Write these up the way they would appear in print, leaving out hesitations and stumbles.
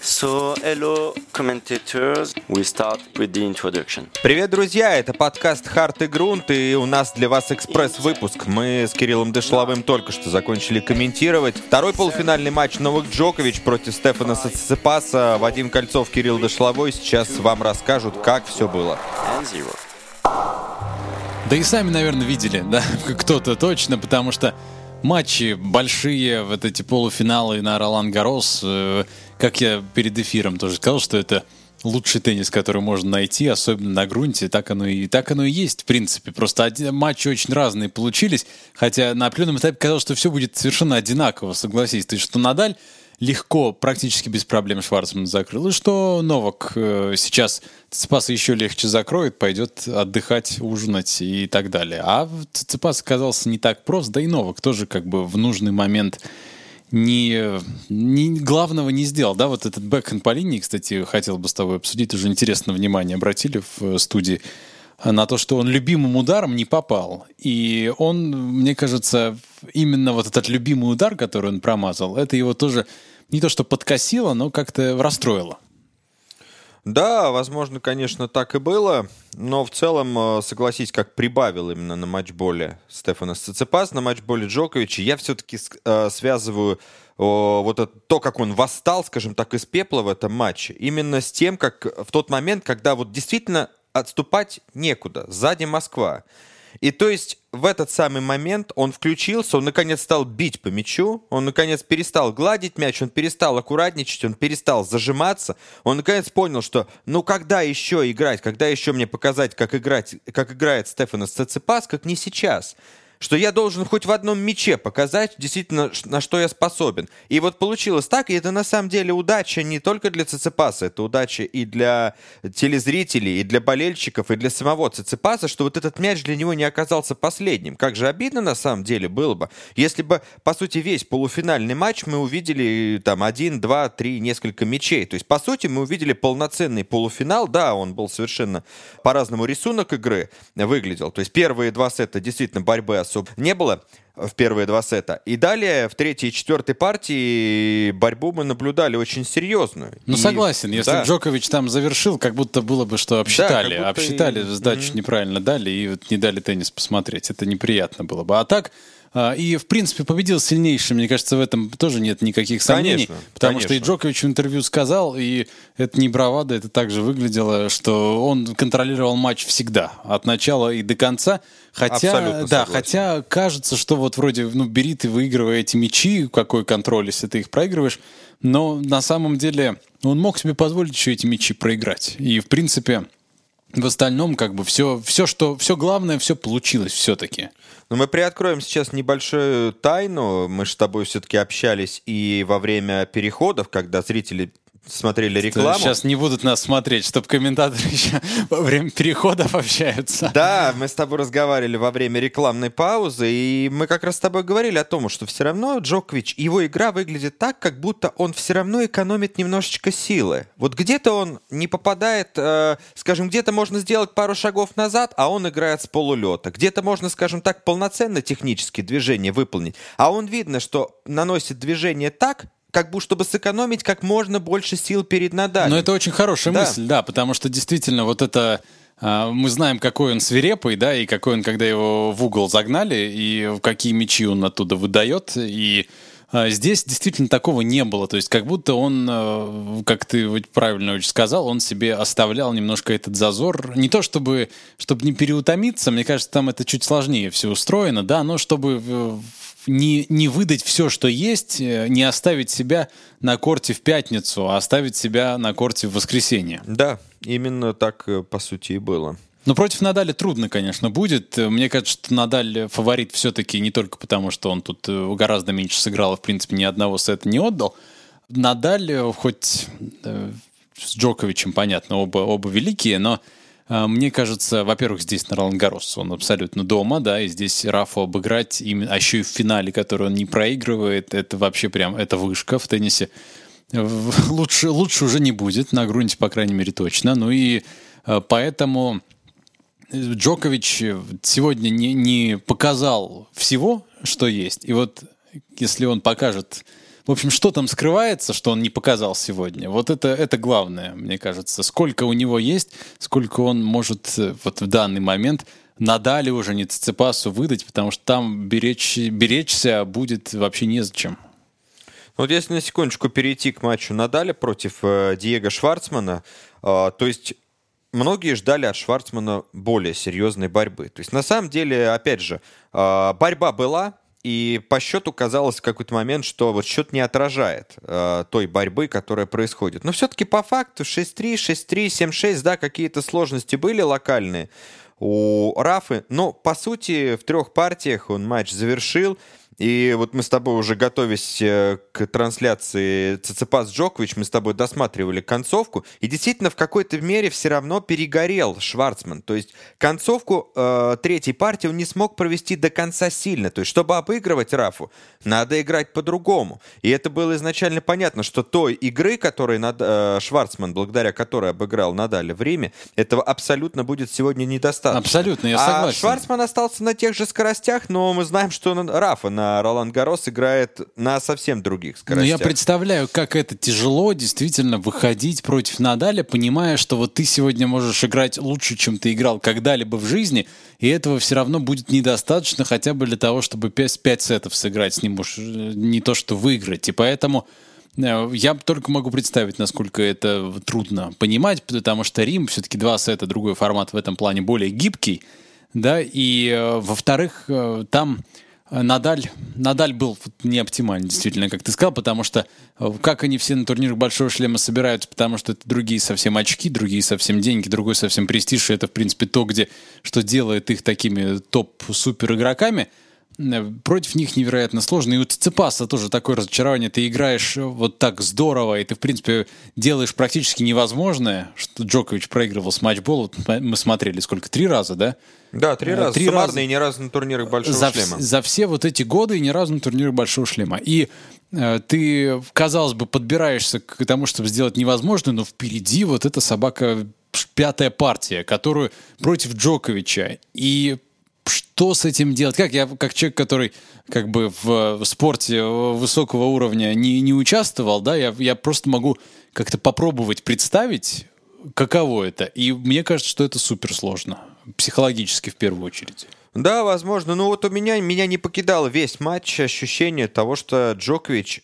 So, hello, commentators. We start with the introduction. Привет, друзья! Это подкаст «Хард и Грунт», и у нас для вас экспресс-выпуск. Мы с Кириллом Дышловым только что закончили комментировать второй полуфинальный матч Новак Джокович против Стефанаса Циципаса. Вадим Кольцов, Кирилл Дышловой сейчас вам расскажут, как все было. Да и сами, наверное, видели, да, кто-то точно, потому что матчи большие, вот эти полуфиналы на Ролан-Гаррос, как я перед эфиром тоже сказал, что это лучший теннис, который можно найти, особенно на грунте, так оно и есть, в принципе. Просто матчи очень разные получились, хотя на определенном этапе казалось, что все будет совершенно одинаково, согласись. То есть, что Надаль легко, практически без проблем Шварцман закрыл, и что Новак сейчас Циципаса еще легче закроет, пойдет отдыхать, ужинать и так далее. А Циципас оказался не так прост, да и Новак тоже как бы в нужный момент главного не сделал. Да, вот этот бэкхенд по линии, кстати, хотел бы с тобой обсудить, уже интересно внимание обратили в студии на то, что он любимым ударом не попал. И он, мне кажется, именно вот этот любимый удар, который он промазал, это его тоже не то что подкосило, но как-то расстроило. Да, возможно, конечно, так и было, но в целом, согласись, как прибавил именно на матчболе Стефанос Циципас, на матчболе Джоковича, я все-таки связываю вот это, то, как он восстал, скажем так, из пепла в этом матче, именно с тем, как в тот момент, когда вот действительно отступать некуда, сзади Москва. И то есть в этот самый момент он включился, он наконец стал бить по мячу, он наконец перестал гладить мяч, он перестал аккуратничать, он перестал зажиматься, он наконец понял, что ну когда еще играть, когда еще мне показать, как играет Стефанос Циципас, как не сейчас. Что я должен хоть в одном мяче показать действительно, на что я способен. И вот получилось так, и это на самом деле удача не только для Циципаса, это удача и для телезрителей, и для болельщиков, и для самого Циципаса, что вот этот мяч для него не оказался последним. Как же обидно на самом деле было бы, если бы, по сути, весь полуфинальный матч мы увидели там 1, 2, 3, несколько мячей. То есть, по сути, мы увидели полноценный полуфинал. Да, он был совершенно по-разному рисунок игры выглядел. То есть, первые два сета действительно борьбы особо не было в первые два сета. И далее в третьей и четвертой партии борьбу мы наблюдали очень серьезную. Ну, согласен, если Джокович там завершил, как будто было бы, что обсчитали. Да, обсчитали, сдачу неправильно дали, и вот не дали теннис посмотреть. Это неприятно было бы. А так, и, в принципе, победил сильнейший. Мне кажется, в этом тоже нет никаких сомнений. Потому что и Джокович в интервью сказал, и это не бравада, это также выглядело, что он контролировал матч всегда, от начала и до конца. Хотя кажется, что вот вроде, бери ты, выигрывай эти мячи, какой контроль, если ты их проигрываешь. Но на самом деле он мог себе позволить еще эти мячи проиграть. И, в принципе, в остальном как бы все главное, все получилось все-таки. Но мы приоткроем сейчас небольшую тайну. Мы же с тобой все-таки общались и во время переходов, когда зрители смотрели рекламу. Сейчас не будут нас смотреть, чтобы комментаторы еще во время переходов общаются. Да, мы с тобой разговаривали во время рекламной паузы, и мы как раз с тобой говорили о том, что все равно Джокович, его игра выглядит так, как будто он все равно экономит немножечко силы. Вот где-то он не попадает, скажем, где-то можно сделать пару шагов назад, а он играет с полулета. Где-то можно, скажем так, полноценно технические движения выполнить, а он видно, что наносит движение так, как бы, чтобы сэкономить как можно больше сил перед Надалем. Но это очень хорошая мысль, да, потому что действительно вот это... Мы знаем, какой он свирепый, да, и какой он, когда его в угол загнали, и какие мячи он оттуда выдает, и здесь действительно такого не было, то есть как будто он, как ты правильно очень сказал, он себе оставлял немножко этот зазор, не то чтобы не переутомиться, мне кажется, там это чуть сложнее все устроено, да, но чтобы... Не выдать все, что есть, не оставить себя на корте в пятницу, а оставить себя на корте в воскресенье. Да, именно так, по сути, и было. Но против Надаля трудно, конечно, будет. Мне кажется, что Надаль фаворит все-таки не только потому, что он тут гораздо меньше сыграл, и, в принципе, ни одного сета не отдал. Надаль, хоть с Джоковичем, понятно, оба великие, но мне кажется, во-первых, здесь на Ролан-Гаррос он абсолютно дома, да, и здесь Рафу обыграть, а еще и в финале, который он не проигрывает, это вообще прям, это вышка в теннисе. Лучше уже не будет, на грунте, по крайней мере, точно. Ну и поэтому Джокович сегодня не показал всего, что есть. И вот если он покажет В общем, что там скрывается, что он не показал сегодня? Вот это главное, мне кажется. Сколько у него есть, сколько он может вот в данный момент Надале уже, не Циципасу выдать, потому что там беречься будет вообще незачем. Вот если на секундочку перейти к матчу Надаля против Диего Шварцмана, то есть многие ждали от Шварцмана более серьезной борьбы. То есть на самом деле, опять же, борьба была, и по счету казалось в какой-то момент, что вот счет не отражает той борьбы, которая происходит. Но все-таки по факту 6-3, 6-3, 7-6, да, какие-то сложности были локальные у Рафы, но по сути в 3 партиях он матч завершил. И вот мы с тобой уже, готовясь к трансляции Циципас-Джокович, мы с тобой досматривали концовку, и действительно в какой-то мере все равно перегорел Шварцман. То есть концовку 3-й партии он не смог провести до конца сильно. То есть чтобы обыгрывать Рафу, надо играть по-другому. И это было изначально понятно, что той игры, которой Шварцман, благодаря которой обыграл Надаля в Риме, этого абсолютно будет сегодня недостаточно. Абсолютно, я согласен. А Шварцман остался на тех же скоростях, но мы знаем, что Рафа на Ролан Гаррос играет на совсем других скоростях. Но я представляю, как это тяжело действительно выходить против Надаля, понимая, что вот ты сегодня можешь играть лучше, чем ты играл когда-либо в жизни, и этого все равно будет недостаточно хотя бы для того, чтобы 5 сетов сыграть с ним, уж не то что выиграть. И поэтому я только могу представить, насколько это трудно понимать, потому что Рим все-таки 2 сета, другой формат в этом плане более гибкий, да, и во-вторых, там Надаль был не оптимален, действительно, как ты сказал, потому что как они все на турнирах Большого Шлема собираются, потому что это другие совсем очки, другие совсем деньги, другой совсем престиж, и это, в принципе, то, что делает их такими топ-супер игроками. Против них невероятно сложно. И у Циципаса тоже такое разочарование. Ты играешь вот так здорово, и ты, в принципе, делаешь практически невозможное, что Джокович проигрывал с матчбола. Мы смотрели сколько? 3 раза, да? Да, 3 раза. Суммарно и ни разу на турнирах Большого Шлема. За все вот эти годы и ни разу на турнирах Большого Шлема. И ты, казалось бы, подбираешься к тому, чтобы сделать невозможное, но впереди вот эта собака, 5-я партия, которую против Джоковича. И что с этим делать? Как человек, который как бы в спорте высокого уровня не участвовал, да, я просто могу как-то попробовать представить, каково это. И мне кажется, что это суперсложно. Психологически в первую очередь. Да, возможно. Но вот у меня не покидало весь матч ощущение того, что Джокович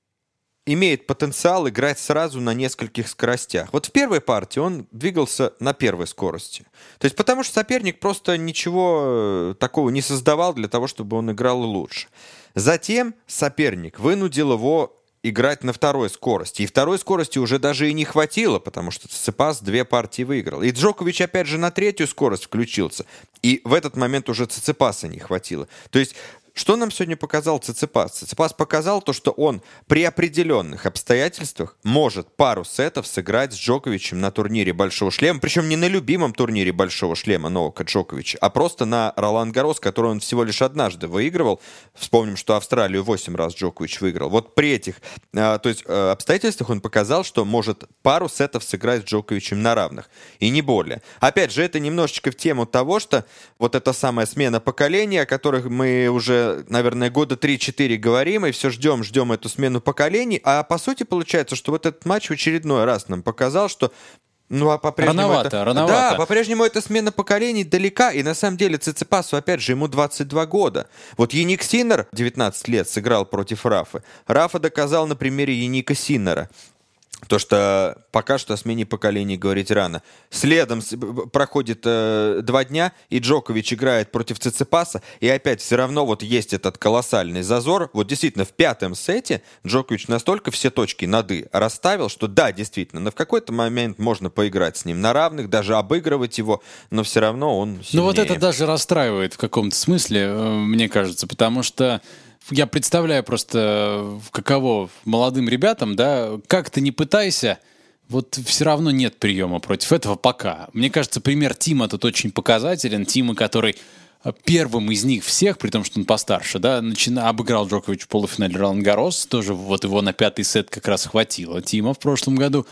имеет потенциал играть сразу на нескольких скоростях. Вот в первой партии он двигался на первой скорости. То есть потому что соперник просто ничего такого не создавал для того, чтобы он играл лучше. Затем соперник вынудил его играть на второй скорости. И второй скорости уже даже и не хватило, потому что Циципас 2 партии выиграл. И Джокович опять же на 3-ю скорость включился. И в этот момент уже Циципаса не хватило. То есть что нам сегодня показал Циципас? Циципас показал то, что он при определенных обстоятельствах может пару сетов сыграть с Джоковичем на турнире Большого Шлема, причем не на любимом турнире Большого Шлема Новака Джоковича, а просто на Ролан Гаррос, который он всего лишь однажды выигрывал. Вспомним, что Австралию 8 раз Джокович выиграл. Вот при этих обстоятельствах он показал, что может пару сетов сыграть с Джоковичем на равных. И не более. Опять же, это немножечко в тему того, что вот эта самая смена поколения, о которых мы уже, наверное, года 3-4 говорим, и все ждем эту смену поколений, а по сути получается, что вот этот матч в очередной раз нам показал, что по-прежнему рановато. Да, по-прежнему эта смена поколений далека, и на самом деле Циципасу, опять же, ему 22 года. Вот Яник Синнер 19 лет сыграл против Рафы. Рафа доказал на примере Яника Синнера. То, что пока что о смене поколений говорить рано. Следом проходит 2 дня, и Джокович играет против Циципаса, и опять все равно вот есть этот колоссальный зазор. Вот действительно, в 5-м сете Джокович настолько все точки над «и» расставил, что да, действительно, но в какой-то момент можно поиграть с ним на равных, даже обыгрывать его, но все равно он сильнее. Ну вот это даже расстраивает в каком-то смысле, мне кажется, потому что я представляю просто, каково молодым ребятам, да, как ты ни пытайся, вот все равно нет приема против этого пока. Мне кажется, пример Тима тут очень показателен. Тима, который первым из них всех, при том, что он постарше, да, обыграл Джокович в полуфинале Ролан Гаррос, тоже вот его на 5-й сет как раз хватило Тима в прошлом году.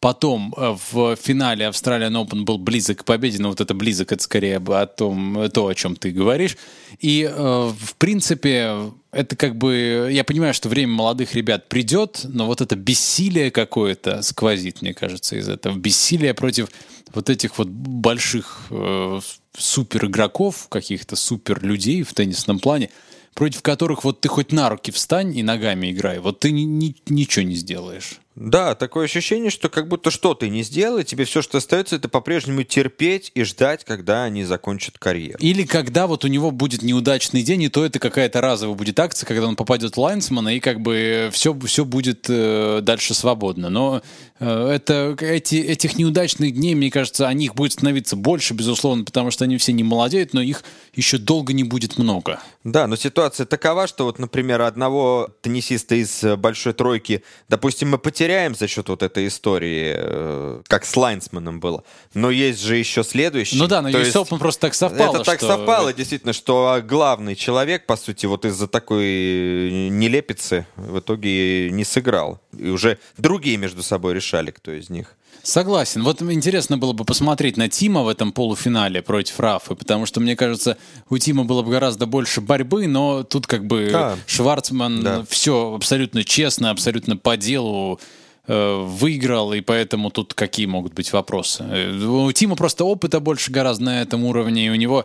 потом в финале Australian Open был близок к победе, но вот это близок, это скорее то, о чем ты говоришь. И, в принципе, это как бы... Я понимаю, что время молодых ребят придет, но вот это бессилие какое-то сквозит, мне кажется, из этого. Бессилие против вот этих вот больших супер игроков, каких-то супер людей в теннисном плане, против которых вот ты хоть на руки встань и ногами играй, вот ты ничего не сделаешь. Да, такое ощущение, что как будто что ты не сделай, тебе все, что остается, это по-прежнему терпеть и ждать, когда они закончат карьеру. Или когда вот у него будет неудачный день, и то это какая-то разовая будет акция, когда он попадет в лайнсмана, и как бы все будет дальше свободно. Но этих неудачных дней, мне кажется, о них будет становиться больше, безусловно, потому что они все не молодеют, но их еще долго не будет много. Да, но ситуация такова, что вот, например, одного теннисиста из большой тройки, допустим, мы потеряем за счет вот этой истории, как с Лайнсманом было. Но есть же еще следующий. Ну да, но US Open просто так совпало. Это так совпало, действительно, что главный человек, по сути, вот из-за такой нелепицы в итоге не сыграл. И уже другие между собой решали, кто из них. Согласен. Вот интересно было бы посмотреть на Тима в этом полуфинале против Рафы, потому что, мне кажется, у Тима было бы гораздо больше борьбы, но тут как бы Шварцман все абсолютно честно, абсолютно по делу выиграл, и поэтому тут какие могут быть вопросы? У Тима просто опыта больше гораздо на этом уровне, и у него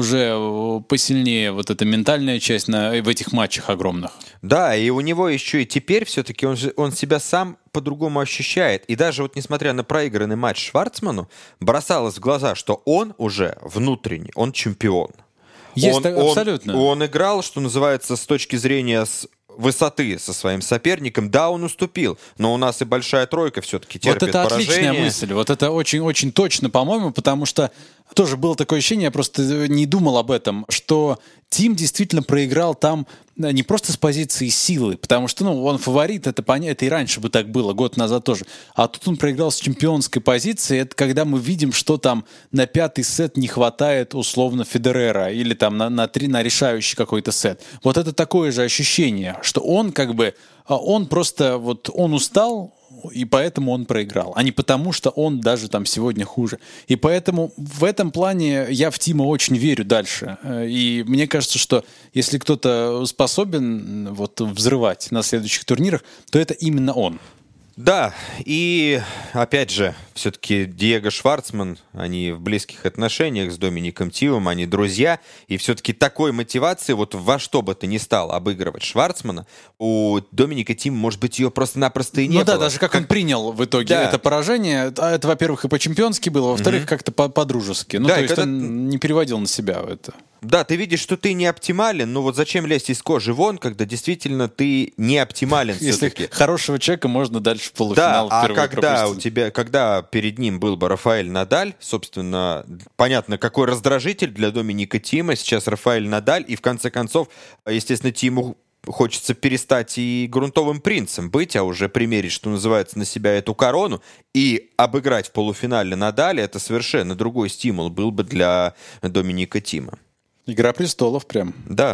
уже посильнее вот эта ментальная часть в этих матчах огромных. Да, и у него еще и теперь все-таки он себя сам по-другому ощущает. И даже вот несмотря на проигранный матч Шварцману, бросалось в глаза, что он уже внутренне, он чемпион. Абсолютно. Он играл, что называется, с точки зрения высоты со своим соперником. Да, он уступил, но у нас и большая тройка все-таки терпит поражение. Вот это отличная мысль. Вот это очень-очень точно, по-моему, потому что тоже было такое ощущение, я просто не думал об этом, что Тим действительно проиграл там не просто с позиции силы, потому что, он фаворит, это понятно, это и раньше бы так было, год назад тоже. А тут он проиграл с чемпионской позиции, это когда мы видим, что там на 5-й сет не хватает условно Федерера, или там на решающий какой-то сет. Вот это такое же ощущение, что он как бы, он просто, вот он устал, и поэтому он проиграл, а не потому, что он даже там сегодня хуже. И поэтому в этом плане я в Тима очень верю дальше. И мне кажется, что если кто-то способен вот взрывать на следующих турнирах, то это именно он. Да, и опять же, все-таки Диего Шварцман, они в близких отношениях с Домиником Тимом, они друзья, и все-таки такой мотивации, вот во что бы ты ни стал обыгрывать Шварцмана, у Доминика Тима, может быть, ее просто-напросто и не было. Ну да, даже как он принял в итоге это поражение, это, во-первых, и по-чемпионски было, во-вторых, как-то по-дружески. Ну, да, то есть он не переводил на себя это. Да, ты видишь, что ты не оптимален, но вот зачем лезть из кожи вон, когда действительно ты не оптимален все-таки. Если хорошего человека можно дальше в полуфинал впервые пропустить. Когда перед ним был бы Рафаэль Надаль, собственно, понятно, какой раздражитель для Доминика Тима сейчас Рафаэль Надаль, и в конце концов, естественно, Тиму хочется перестать и грунтовым принцем быть, а уже примерить, что называется, на себя эту корону и обыграть в полуфинале Надаля, это совершенно другой стимул был бы для Доминика Тима. Игра престолов прям. Да.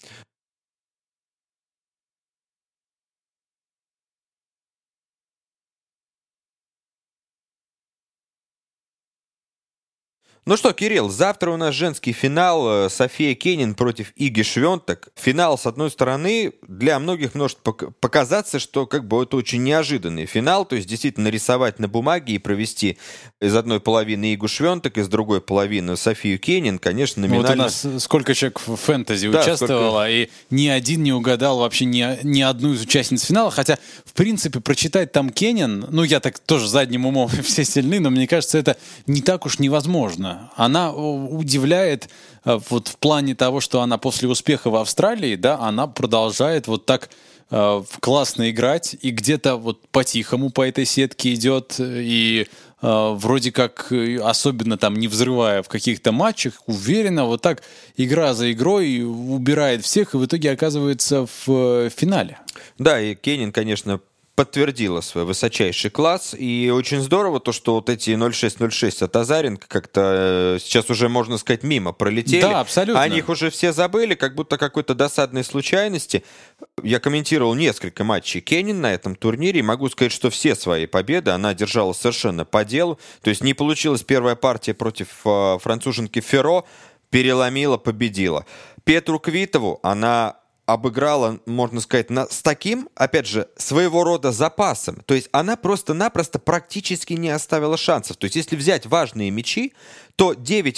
Ну что, Кирилл, завтра у нас женский финал. София Кенин против Иги Швёнтек. Финал, с одной стороны, для многих может показаться, что как бы это очень неожиданный финал. То есть действительно рисовать на бумаге и провести из одной половины Игу Швёнтек, из другой половины Софию Кенин, конечно, номинально... Вот у нас сколько человек в фэнтези участвовало, и ни один не угадал вообще ни одну из участниц финала. Хотя, в принципе, прочитать там Кенин, я так тоже задним умом все сильны, но мне кажется, это не так уж невозможно. Она удивляет вот в плане того, что она после успеха в Австралии, да, она продолжает вот так классно играть и где-то вот по-тихому по этой сетке идет и вроде как особенно там не взрывая в каких-то матчах, уверенно вот так игра за игрой убирает всех и в итоге оказывается в финале. Да, и Кенин, конечно, подтвердила свой высочайший класс, и очень здорово то, что вот эти 0.6-0.6 от Азаренко как-то сейчас уже, можно сказать, мимо пролетели. Да, абсолютно. О них уже все забыли, как будто какой-то досадной случайности. Я комментировал несколько матчей Кенин на этом турнире, и могу сказать, что все свои победы она одержала совершенно по делу. То есть не получилась первая партия против француженки Ферро, переломила, победила. Петру Квитову она обыграла, можно сказать, с таким, опять же, своего рода запасом. То есть она просто-напросто практически не оставила шансов. То есть если взять важные мячи, то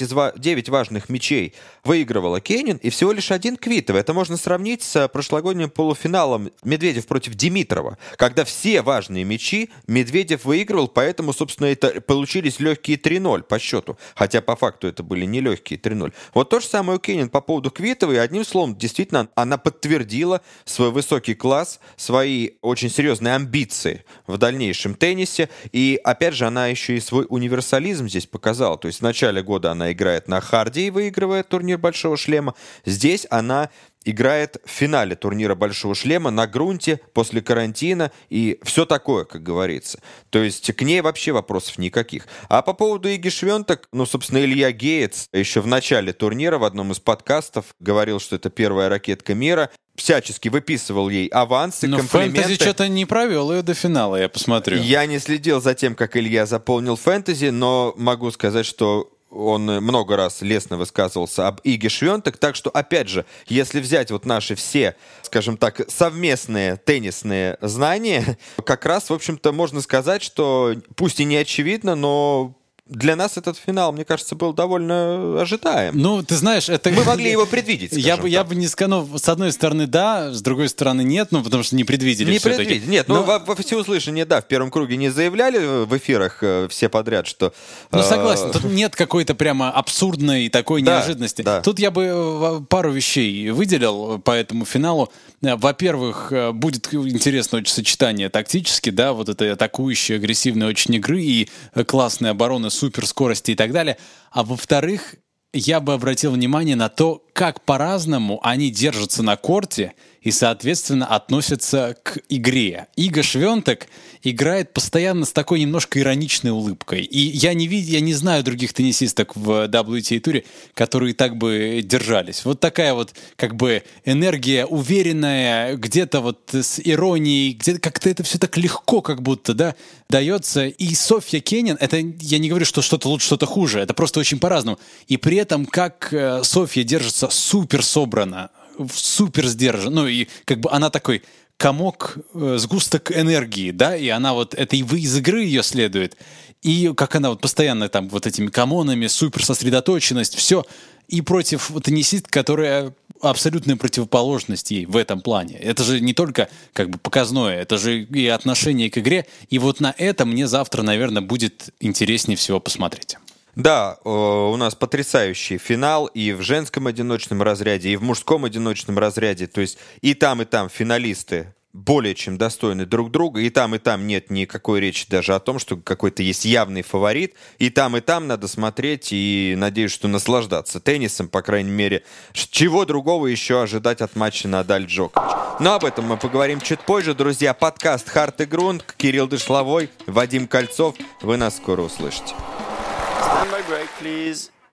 9 важных мячей выигрывала Кенин и всего лишь 1 Квитова. Это можно сравнить с прошлогодним полуфиналом Медведев против Димитрова, когда все важные мячи Медведев выигрывал, поэтому, собственно, это получились легкие 3-0 по счету. Хотя по факту это были не легкие 3-0. Вот то же самое у Кенин по поводу Квитовой. Одним словом, действительно, она подтвердила свой высокий класс, свои очень серьезные амбиции в дальнейшем теннисе. И, опять же, она еще и свой универсализм здесь показала. То есть в начале года она играет на харде и выигрывает турнир Большого шлема. Здесь она играет в финале турнира Большого шлема на грунте после карантина и все такое, как говорится. То есть к ней вообще вопросов никаких. А по поводу Иги Швентек, собственно, Илья Геец еще в начале турнира в одном из подкастов говорил, что это первая ракетка мира, всячески выписывал ей авансы, комплименты. Но Фэнтези что-то не провел ее до финала, я посмотрю. Я не следил за тем, как Илья заполнил Фэнтези, но могу сказать, что он много раз лестно высказывался об Иге Швентек, так что, опять же, если взять вот наши все, скажем так, совместные теннисные знания, как раз, в общем-то, можно сказать, что пусть и не очевидно, но для нас этот финал, мне кажется, был довольно ожидаем. Ну, ты знаешь, это... Мы могли его предвидеть, я бы не сказал, с одной стороны, да, с другой стороны, нет, потому что не предвидели не все-таки. Предвидели. Нет, во всеуслышание, да, в первом круге не заявляли в эфирах все подряд, что... согласен, тут нет какой-то прямо абсурдной такой неожиданности. Да. Тут я бы пару вещей выделил по этому финалу. Во-первых, будет интересно очень сочетание тактически, да, вот этой атакующей, агрессивной очень игры и классной обороны, суперскорости и так далее. А во-вторых, я бы обратил внимание на то, как по-разному они держатся на корте и, соответственно, относятся к игре. Ига Швентек играет постоянно с такой немножко ироничной улыбкой. И я не знаю других теннисисток в WTA-туре, которые так бы держались. Вот такая вот как бы энергия уверенная, где-то вот с иронией, где-то как-то это все так легко как будто, да, дается. И Софья Кенин, это я не говорю, что что-то лучше, что-то хуже, это просто очень по-разному. И при этом, как Софья держится супер собрано, супер сдержана, ну и как бы она такой комок, сгусток энергии, да, и она вот, это из игры ее следует, и как она вот постоянно там вот этими камонами, супер сосредоточенность, все, и против теннисистки, которая абсолютная противоположность ей в этом плане. Это же не только как бы показное, это же и отношение к игре, и вот на это мне завтра, наверное, будет интереснее всего посмотреть. Да, у нас потрясающий финал и в женском одиночном разряде, и в мужском одиночном разряде. То есть и там финалисты более чем достойны друг друга. И там нет никакой речи даже о том, что какой-то есть явный фаворит. И там надо смотреть и, надеюсь, что наслаждаться теннисом, по крайней мере. Чего другого еще ожидать от матча Надаль-Джокович. Но об этом мы поговорим чуть позже. Друзья, подкаст «Хард и Грунт», Кирилл Дышловой, Вадим Кольцов. Вы нас скоро услышите. Stand by break, please.